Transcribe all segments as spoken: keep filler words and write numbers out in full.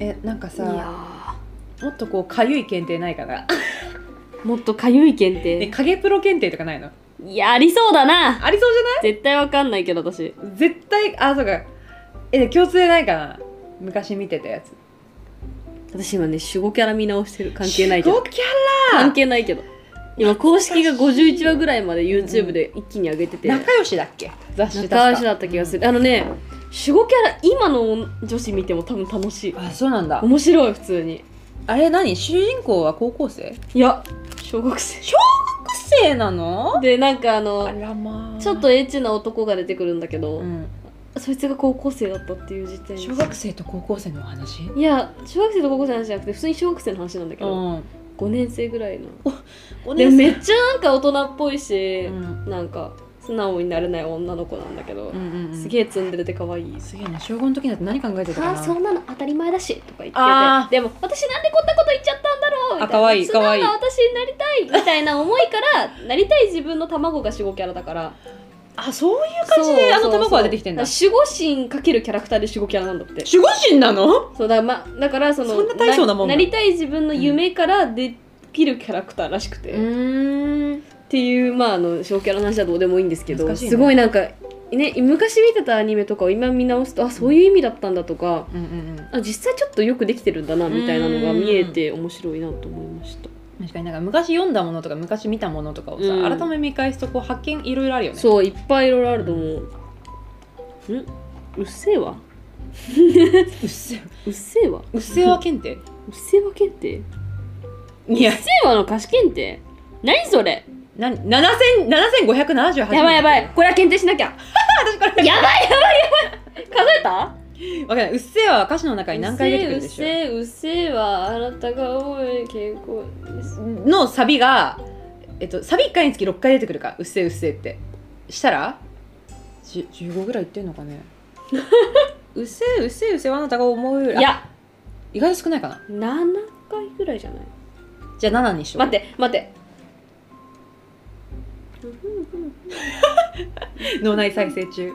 えなんかいさやもっとこうかゆい検定ないかなもっとかゆい検え定影プロ検定とかないの？ いやありそうだな。 ありそうじゃない？ 絶対わかんないけど私絶対あそうかえ共通でないかな昔見てたやつ。 私今ね守護キャラ見直してる。関係ないけど守護キャラ関係ないけど今公式がごじゅういちわぐらいまで YouTube で一気に上げてて、 仲良しだっけ雑誌確か仲良しだった気がする、あのね守護キャラ今の女子見ても多分楽しい。 あそうなんだ。 面白い普通に。 あれ何主人公は高校生？ いや小学生小学生なの？ でなんかあのあらまあちょっとエッチな男が出てくるんだけど、 うん、 そいつが高校生だったっていう時点で小学生と高校生のお話？ いや小学生と高校生の話じゃなくて普通に小学生の話なんだけど、 うんごねん生ぐらいのお姉さんでめっちゃなんか大人っぽいし、 うんなんか素直になれない女の子なんだけど、 うんうんうん、 すげえツンデレで可愛い。 すげえな小ごの時だって何考えてたかな。 ああそんなの当たり前だしとか言ってあーて、でも私なんでこんなこと言っちゃったんだろうみたいな、 あ可愛い素直可愛いな私になりたいみたいな思いからなりたい自分の卵が守護キャラだからあそういう感じであの卵が出てきてんだ。 守護神かけるキャラクターで守護キャラなんだって。 守護神なの？ そうだ、ま、だからそのそんな大層なもんななりたい自分の夢からできるキャラクターらしくて、 うーんっていうまああの小キャラの話はどうでもいいんですけど、 難しいねすごいなんかね昔見てたアニメとかを今見直すとあそういう意味だったんだとか、 うんうんうんあ実際ちょっとよくできてるんだなみたいなのが見えて面白いなと思いました。 確かになんか昔読んだものとか昔見たものとかをさ、 うん改め見返すとこう発見いろいろあるよね。 そういっぱいいろいろあると思う。んうっせぇわうっせうっせぇわうっせわ検定うっせぇわ検定いやうっせぇわの歌詞検定何それなななせんななせんごひゃくななじゅうはちやばいやばいこれは検定しなきゃ私これやばいやばいやばい数えたわかんない。うっせぇわは歌詞の中に何回出てくるでしょうっせぇうっせぇわあなたが思い健康ですのサビが、えっと、サビいっかいにつきろっかい出てくるかうっせぇうっせぇってしたらじじゅうごぐらいいってんのかねうっせぇうっせぇうっせぇわあなたが思うよりいや意外と少ないかな。 ななかいぐらいじゃない。 じゃあななにしよう。 待って待って脳内再生中。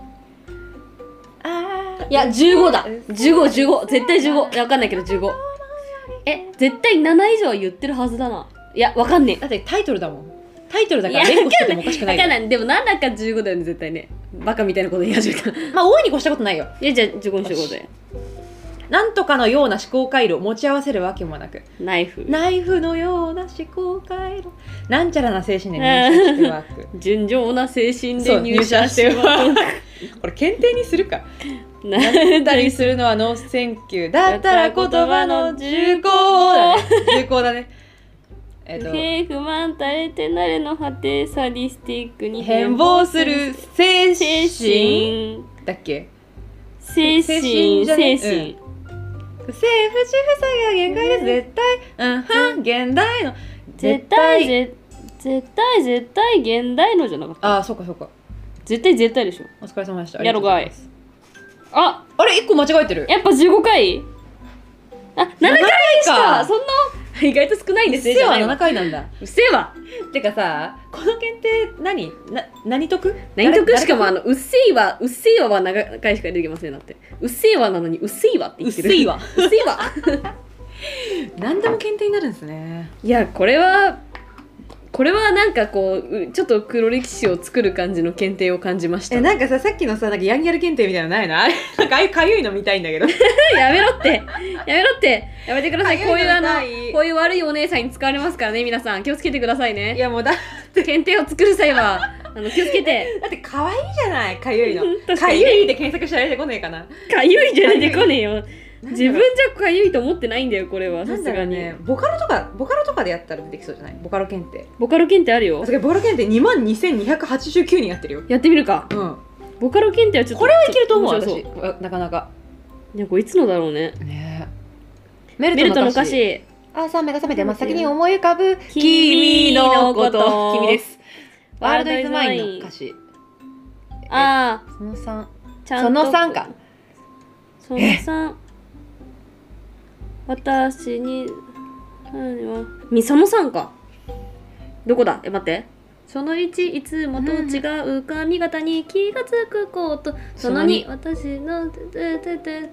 あいやじゅうごだじゅうご、じゅうご絶対じゅうごいやわかんないけどじゅうごえ絶対なな以上は言ってるはずだないやわかんねえだってタイトルだもん。タイトルだから連呼しててもおかしくないよ。 わかんないでもなんだかじゅうごだよね絶対ねバカみたいなこと言い始めたまあ大いに越したことないよ。 いやじゃあじゅうごにしてことでなんとかのような思考回路を持ち合わせるわけもなくナイフナイフのような思考回路なんちゃらな精神で入社してわく純情な精神でそう入社して入はこれ検定にするか。 ななったりするのはノーセンキューだったら言葉の重厚だね。重厚だね。えっと不平不満垂れてなれの果てサディスティックに変貌する精精神神だっけ。 精精神神じゃね精神不正不知不作が限界です絶対うんはん現代の絶対ぜ絶対絶対現代のじゃなかったああそうかそうか。 絶対絶対でしょお疲れ様でした。 やろがいありがとうござます。 ああれいっこ間違えてる。 やっぱじゅうごかいあななかいしななかいかかそんな意外と少ないんですねせはななじゃないわかいなんだ。 うっせえわてかさこの検定何な何得何得しかもあののうっせいわうっせいわは長回しか出てきませんだってうっせいわなのにうっせいわって言ってるうっせいわうっせいわ何でも検定になるんですね。 いやこれはこれはなんかこううちょっと黒歴史を作る感じの検定を感じましたえなんかささっきのさなんかヤンギャル検定みたいなのないのあれなんかああいうかゆいの見たいんだけどやめろってやめろってやめてくださいかゆいこういうあのの痛いこういう悪いお姉さんに使われますからね皆さん気をつけてくださいいねやもうだ検定を作る際はあの気をつけてだって可愛いじゃないかゆいの確かにかゆいで検索したら出てこねえかな。 かゆいじゃ出てこねえよなんだろう自分じゃかゆいと思ってないんだよこれはなんだろさすがに、 うねボカロとかボカロとかでやったら出てきそうじゃないボカロ検定。 ボカロ検定あるよあそれボカロ検定にまんにせんにひゃくはちじゅうきゅうにんやってるよ。 やってみるかうんボカロ検定はちょっとこれはいけると思う面白そ私わなかなかいやこれいつのだろうねねえメメルトの歌詞朝目が覚めて真っ先に思い浮かぶ君のこと君ですワールドイズマインの歌詞ああそのさんちゃんとそのさんかそのさん私に何はみそのさんかどこだえ待ってそのいちいつもと違う髪型に気がつくこと、そのに私のてててて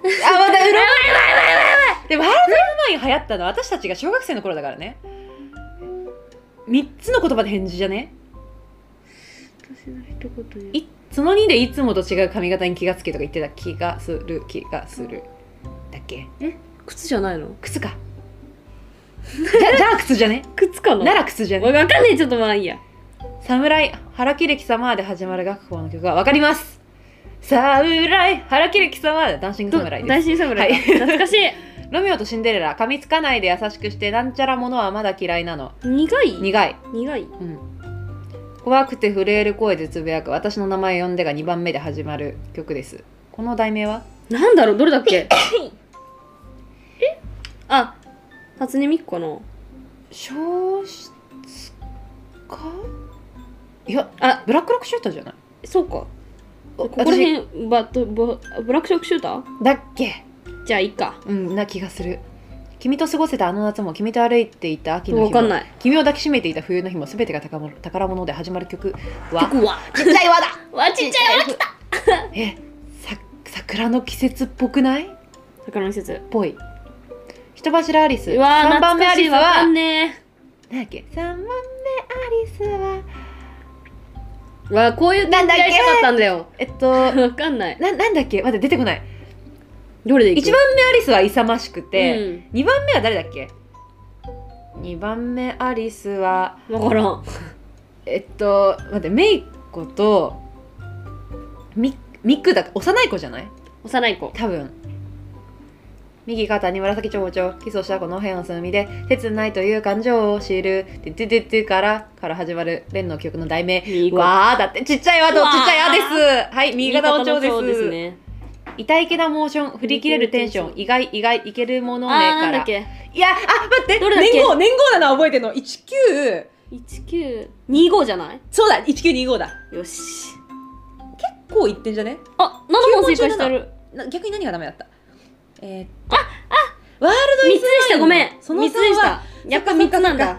あ、まだうろでもワールド・イズ・マイン流行ったのは私たちが小学生の頃だからね。みっつの言葉で返事じゃね。 私の一言いそのにでいつもと違う髪型に気がつけとか言ってた気がする気がするだっけ。 え靴じゃないの？ 靴かじゃ, じゃあ靴じゃね。 靴かな。 なら靴じゃね。 わかんねえ、ちょっとまあいいや。 侍腹切れ貴様で始まる学校の曲はわかります。侍腹切れ貴様でダンシング侍です。 ダンシング侍、はい、懐かしい。 ロミオとシンデレラ噛みつかないで優しくしてなんちゃらものはまだ嫌いなの。 苦い苦い苦い、 うん、怖くて震える声でつぶやく私の名前呼んでがにばんめで始まる曲です。この題名はなんだろう、どれだっけえあ、初音ミクかな。 消失かいや、 あ、 ブラックロックシューターじゃない。 そうか、ここら辺バブブブラックショックシューターだっけ。 じゃあいいか。 うんな気がする。君と過ごせたあの夏も君と歩いていた秋の日もわかんない。 君を抱きしめていた冬の日も全てが宝物宝物で始まる曲は曲はちっちゃい輪だわちっちゃい輪来たえさ桜の季節っぽくない？ 桜の季節っぽい。人柱アリス。 うわーさんばんめアリスはわかんねなんだっけ。さんばんめアリスはえ。わこういう展開したかったんだよ。 えっとわかんないな。なんだっけ。待って出てこない。 どれでいく？ いちばんめアリスは勇ましくて、 うん、 にばんめは誰だっけ。にばんめアリスはわからん。 えっと待ってメイコとミミクだ幼い子じゃない？ 幼い子多分。右肩に紫蝶々キスをしたこの辺の隅みで切ないという感情を知るててててからから始まるレンの曲の題名わーだってちっちゃいわとちっちゃいあです。はい、右肩の蝶です。 ですね。 痛いけなモーション振り切れるテンション意外意外いけるものねあーから。 なんだっけ。 いやあ待ってどれだっけ。 年号年号なのは覚えてるの。いちきゅういちきゅうにごじゃない？ そうだいちきゅうにごだ。 よし。 結構いってんじゃね。 あななも正解してる。 な逆に何がダメだった。えー、っとああワールドみっつでしたごめん。 そのみっつでした。やっぱみっつなんだ。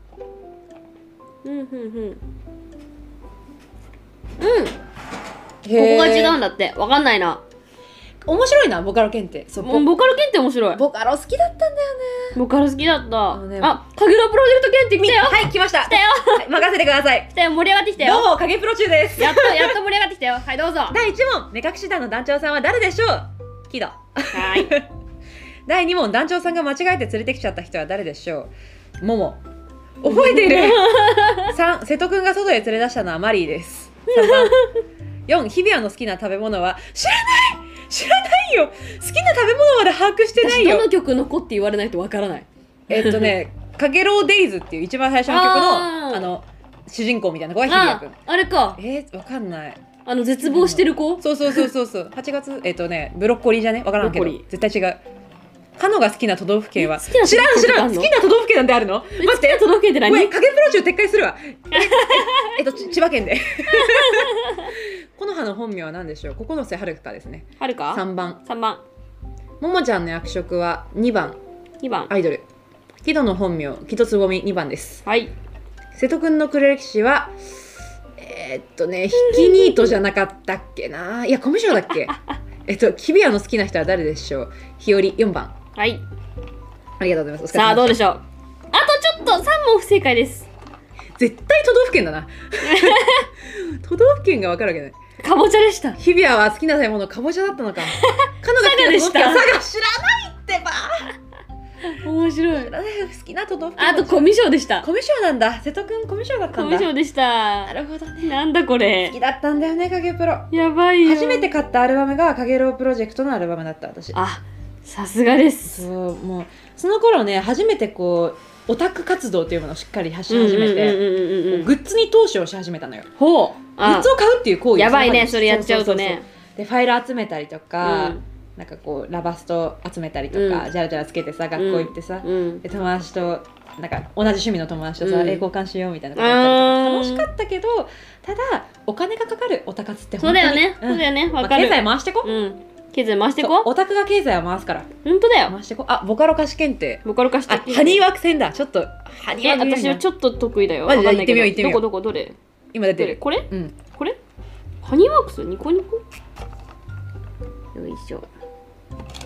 うんうんうんうん。ここが違うんだって。わかんないな。 面白いなボカロ検定。そうボカロ検定面白い。 ボカロ好きだったんだよね。 ボカロ好きだった。あ、 ね、 あ影ロプロジェクト検定来たよ。 はい来ました。 来たよ。 はい、任せてください。 来たよ、盛り上がってきたよ。 どうも影プロ中です。 やっとやっと盛り上がってきたよ。はいどうぞ。 だいいち問目隠し団の団長さんは誰でしょう。キド。 はい。 だいに問団長さんが間違えて連れてきちゃった人は誰でしょう。モモ。覚えている。さん瀬戸くんが外へ連れ出したのはマリーです。さんばんよん日比谷の好きな食べ物は知らない知らないよ。好きな食べ物まで把握してないよ。 どの曲の子って言われないとわからない。 えっとねかげろうデイズっていう一番最初の曲のああの主人公みたいな子は日比谷くん。 あれか。 えー、わかんない。 あの絶望してる子。 そうそうそうそうそうはちがつえっとねブロッコリーじゃねわからんけど絶対違う。カノが好きな都道府県は知らん知らん好きな都道府県なんてあるの。待って都道府県って何？ 影プロ中撤回するわ。えっと千葉県でこの葉の本名は何でしょう。九瀬遥香ですね。 はるかさんばんさんばんももちゃんの役職はにばんにばんアイドル。木戸の本名木戸つぼみにばんです。 はい。 瀬戸くんの黒歴史はえー、っとねひきニートじゃなかったっけな。いやコミュ障だっけ。えっと日比谷の好きな人は誰でしょう。日和よんばん。 はい。 ありがとうございます。 さあどうでしょう。あとちょっとさん問不正解です。 絶対都道府県だな。都道府県が分かるわけない。 かぼちゃでした。 日比谷は好きな食べ物かぼちゃだったのか。カノが好きな都道府県は佐賀。知らないってば。 面白い。 知らない好きな都道府県。 あとコミュ障でした。 コミュ障なんだ。瀬戸くんコミュ障だったんだ。 コミュ障でした。 なるほどね。 なんだこれ。 好きだったんだよね影プロ。 やばいよ。 初めて買ったアルバムが影ロウプロジェクトのアルバムだった私。 あ、さすがです。 そうもうその頃ね初めてこうオタク活動というものをしっかり発し始めてグッズに投資をし始めたのよ。 ほう。 グッズを買うっていう行為やばいねそれやっちゃうとね。 そうそうそうそうでファイル集めたりとか、うん、なんかこうラバスト集めたりとか、うん、じゃらじゃらつけてさ学校行ってさ、うん、で友達となんか同じ趣味の友達とさ、うん、え交換しようみたいなことやったりとか楽しかったけどただお金がかかるオタ活って本当にそうだよね、うん、そうだよねわかる、 まあ、経済回してこ、 うん経済回してこオタクが経済を回すから本当だよ回してこあボカロ歌詞検定ボカロ歌詞検定あハニーワーク戦だちょっとハニーワーク私はちょっと得意だよマジで行ってみよう行ってみようどこどこどれ今出てるこれうんこれハニーワークスニコニコよいしょ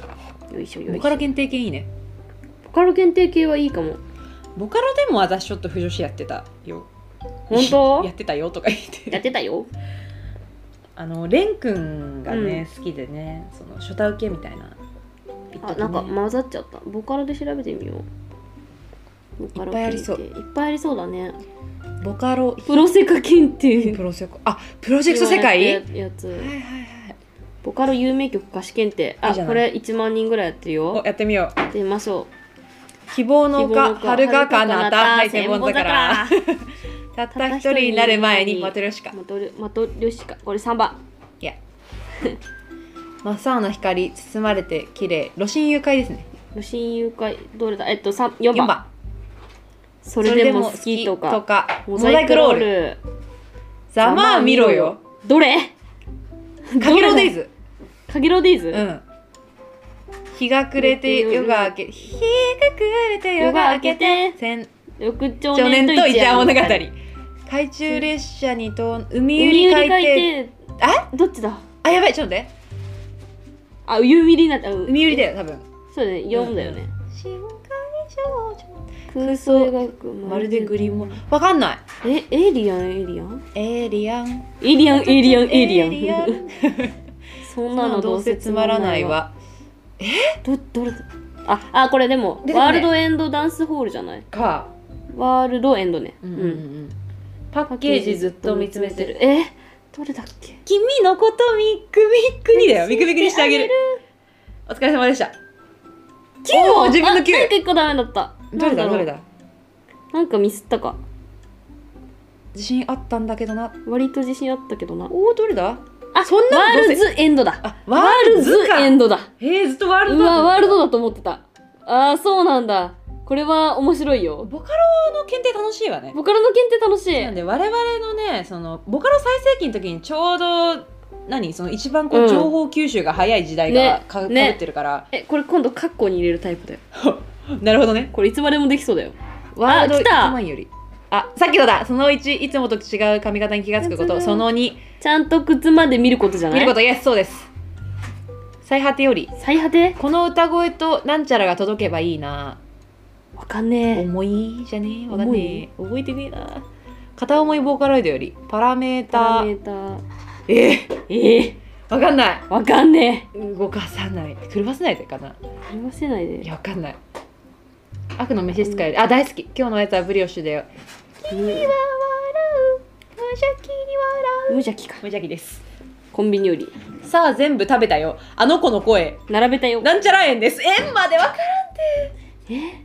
よいしょよいしょ。 ボカロ限定系いいね。 ボカロ限定系はいいかも。 ボカロでも私ちょっと不女子やってたよ。 本当やってたよとか言ってやってたよ。 あのレン君がね、 う好きでね、その初太受けみたいな、 あ、なんか混ざっちゃった。ボカロで調べてみよう。ボカロいっぱいありそう検定いっぱいありそうだね。 ボカロプロセカ検定プロセコあプロジェクト世界やはいやつ。 はいはいボカロ有名曲歌詞検定。あ、 いいじゃないこれいちまん人ぐらいやってるおよ。 やってみよう。 やってみましょ希望う。 の丘はるかかなたはい千本桜たった一人になる前にマトリョーシカマトリマトリョーシカ。これさんばん。 いや真っ青な光包まれて綺麗露心誘拐ですね。 露心誘拐どれだ。えっとさん よんばん。 よんばんそれでも好きとかとかモザイクロール。 ざまあ見ろよどれ？ かげろうデイズ。 かげろうデイズ？ うん日が暮れて夜が明け日が暮れて夜が明けて千翌朝少年年と一夜物語海海中列車にと海売り海底底。 あどっちだ？ あやばいちょっと待ってあ、海売りになった。う海売りだよ多分そうだね、よんだよね。 深海少女空想描くまるでグリモわかんないえ、エイリアン、エイリアンエイリアンエイリアン、エイリアン、エイリアン。 エイリアンそんなのどうせつまらないわど、どれだあ、あ、これでも、 出てこないワールドエンドダンスホールじゃないかワールドエンドね。 うんうんうんパッケージずっと見つめてるえ、どれだっけ君のことミックミックにだよミクミクにしてあげるお疲れ様でしたきゅうおー自分のきゅうあなんかいっこダメだった。 どれだどれだだなんかミスったか。 自信あったんだけどな割と自信あったけどな。 おおどれだあ、 そんなのどうせワールズエンドだ。 あワールズかエンドだ。 えー、ずっとワールドだうわ、ワールドだと思ってた。あー、そうなんだ。これは面白いよ。 ボカロの検定楽しいわねボカロの検定楽しい。 なんで我々のねそのボカロ最盛期の時にちょうど何その一番こううん情報吸収が早い時代がねか,、 ねぶってるからえ、これ今度カッコに入れるタイプだよ。 なるほどねこれいつまでもできそうだよ。 ワールド来たいちまんよりあさっきのだそのいちいつもと違う髪型に気がつくことそのにちゃんと靴まで見ることじゃない？ 見ることイエスそうです最果てより最果てこの歌声となんちゃらが届けばいいなわかんねえ。 重いじゃねえわかんねえ覚えてねえな片思いボーカロイドよりパラメータパラーメーター。 えー、 ええわかんないわかんね動かさない狂わせないでかなえ。言わせないで。 いやわかんない悪の召使いあ大好き今日のやつはブリオッシュだようん君は笑う無邪気に笑無邪気か。 う無邪気ですコンビニより。 さあ全部食べたよあの子の声並べたよ。 なんちゃら円です円までわからんえ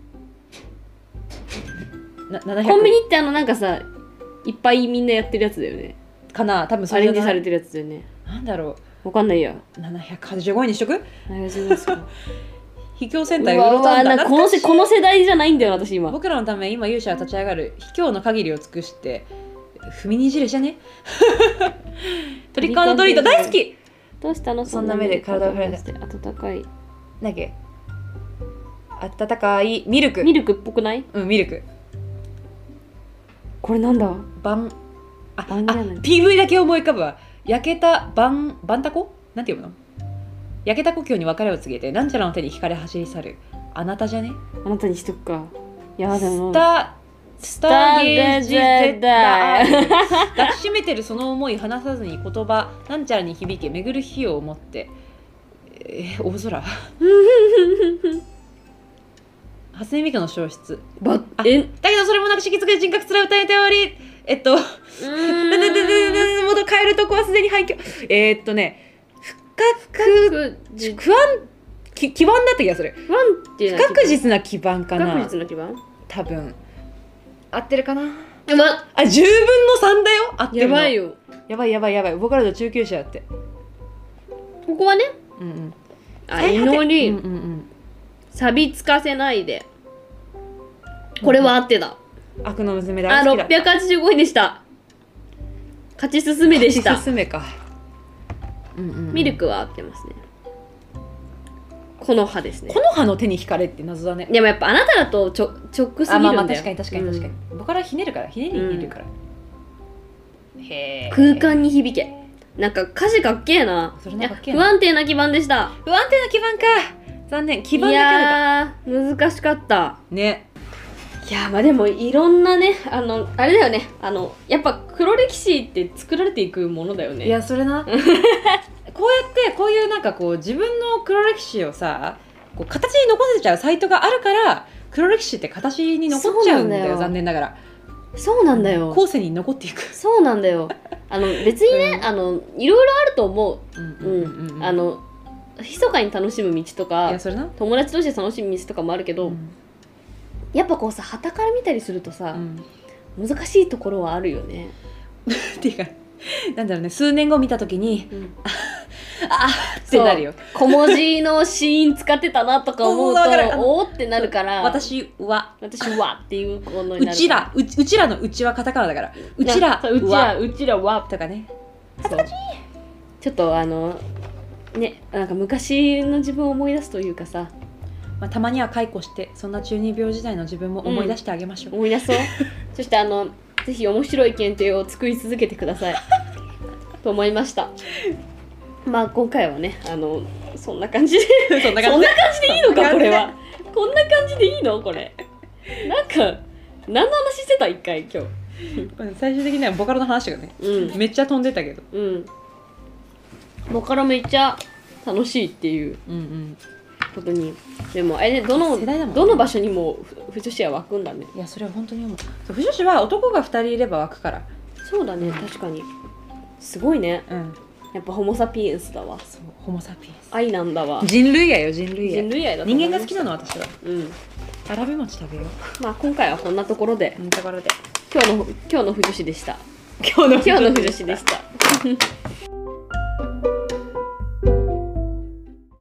なななひゃくコンビニってあのなんかさ、いっぱいみんなやってるやつだよね。 かな多分そアれじゃないレンジされてるやつだよね。 なんだろわかんないや。 うななひゃくはちじゅうごえんにしとくあれじゃないですか。 秘境戦うわう隊ウロタわなんかこのンダ懐かしいせこの世代じゃないんだよ私今。 僕らのため今勇者は立ち上がる秘境の限りを尽くして踏みにじるじゃねトリックアンドトリート大好きどうしたのそんな目で体を振られて温かいなんだっけ温かいミルクミルクっぽくない？ うんミルクこれなんだ？ バンあバンじゃないあ ピーブイ だけ思い浮かぶわ焼けたバンバンタコなんて読むの焼けた故郷に別れを告げてなんちゃらの手に惹かれ走り去るあなたじゃねあなたにしとくか。いやでもスタスターゲージ絶対抱きしめてるその思い離さずに言葉なんちゃらに響け巡る日を思ってえー、大空初音ミクの消失ばあえだけどそれもなくしきつく人格つら歌えておりえっとうーんででででで元帰るとこはすでに廃墟えー、っとね深くじ不安き基盤だった気がする不安定な不確実な基盤か不な確実な基盤。 多分合ってるかなやばあじゅうぶんのさんだよ合ってるのやばいよ。 やばいやばいやばい僕らの中級者やってここはねうんうんあ祈り、 うんうんうん錆びつかせないで。これは合ってた。 悪の娘あ大好きだろっぴゃくはちじゅうごえんでした。勝ち進めでした勝ち。進めか、うんうんうんミルクは合ってますね。この葉ですねこ。の葉の手に惹かれって謎だねでもやっぱあなただとちょ直すぎるんだよ。 あまあまあ確かに確かに確かに、僕からひねるからひねりひねるから、へえ空間に響け。なんか歌詞かっけえな。 それいやなんかかっけえな不安定な基盤でした。 不安定な基盤か残念基い盤だけあればやー難しかった。 ね。 いやーまあでもいろんなねあのあれだよね、あのやっぱ黒歴史って作られていくものだよね。 いやそれなこうやってこういうなんかこう自分の黒歴史をさこう形に残せちゃうサイトがあるから黒歴史って形に残っちゃうんだよ。 そうなんだよ残念ながらそうなんだよ。 後世に残っていく。 そうなんだよ。あの別にね、 うんあのいろいろあると思う。 うんううんうんうんん。あの密かに楽しむ道といかやそれな、 友達として楽しむ道とかもあるけど、 うんやっぱこうさ傍から見たりするとさ、 うん難しいところはあるよね。 っていうかなんだろうね、数年後見た時にうん、 あーってなるよ。 小文字のシーン使ってたなとか思うとそうわかるおーってなるから私は私はっていうものにうなるちらうちうちらのうちはカタカナだからうちらそううちらはうちらはとかね。 そうちょっとあのねなんか昔の自分を思い出すというかさまあ、たまには解雇してそんな中二病時代の自分も思い出してあげましょう、 思い出そうそしてあのぜひ面白い検定を作り続けてくださいと思いました。まあ今回はねあのそんな感じでそんなそんな感じでいいのかこれはそこんな感じでいいのこれなんか何の話してた一回今日最終的にはボカロの話がね、 うんめっちゃ飛んでたけど、 うんボカロめっちゃ楽しいっていううんうん、 ことにでもあれねどの世代だもんねどの場所にもふ不女子は湧くんだね。 いやそれは本当に思う。そう不女子は男がふたりいれば湧くから。 そうだね確かにすごいね。 うん、 やっぱホモ・サピエンスだわ。 そうホモ・サピエンス愛なんだわ。 人類愛よ人類愛。 人類愛だと思いました人間が好きなの私は。 うんわらび餅食べよう。 まあ今回はこんなところでこんなところで今日の今日の不女子でした。 今日の今日の不女子でした。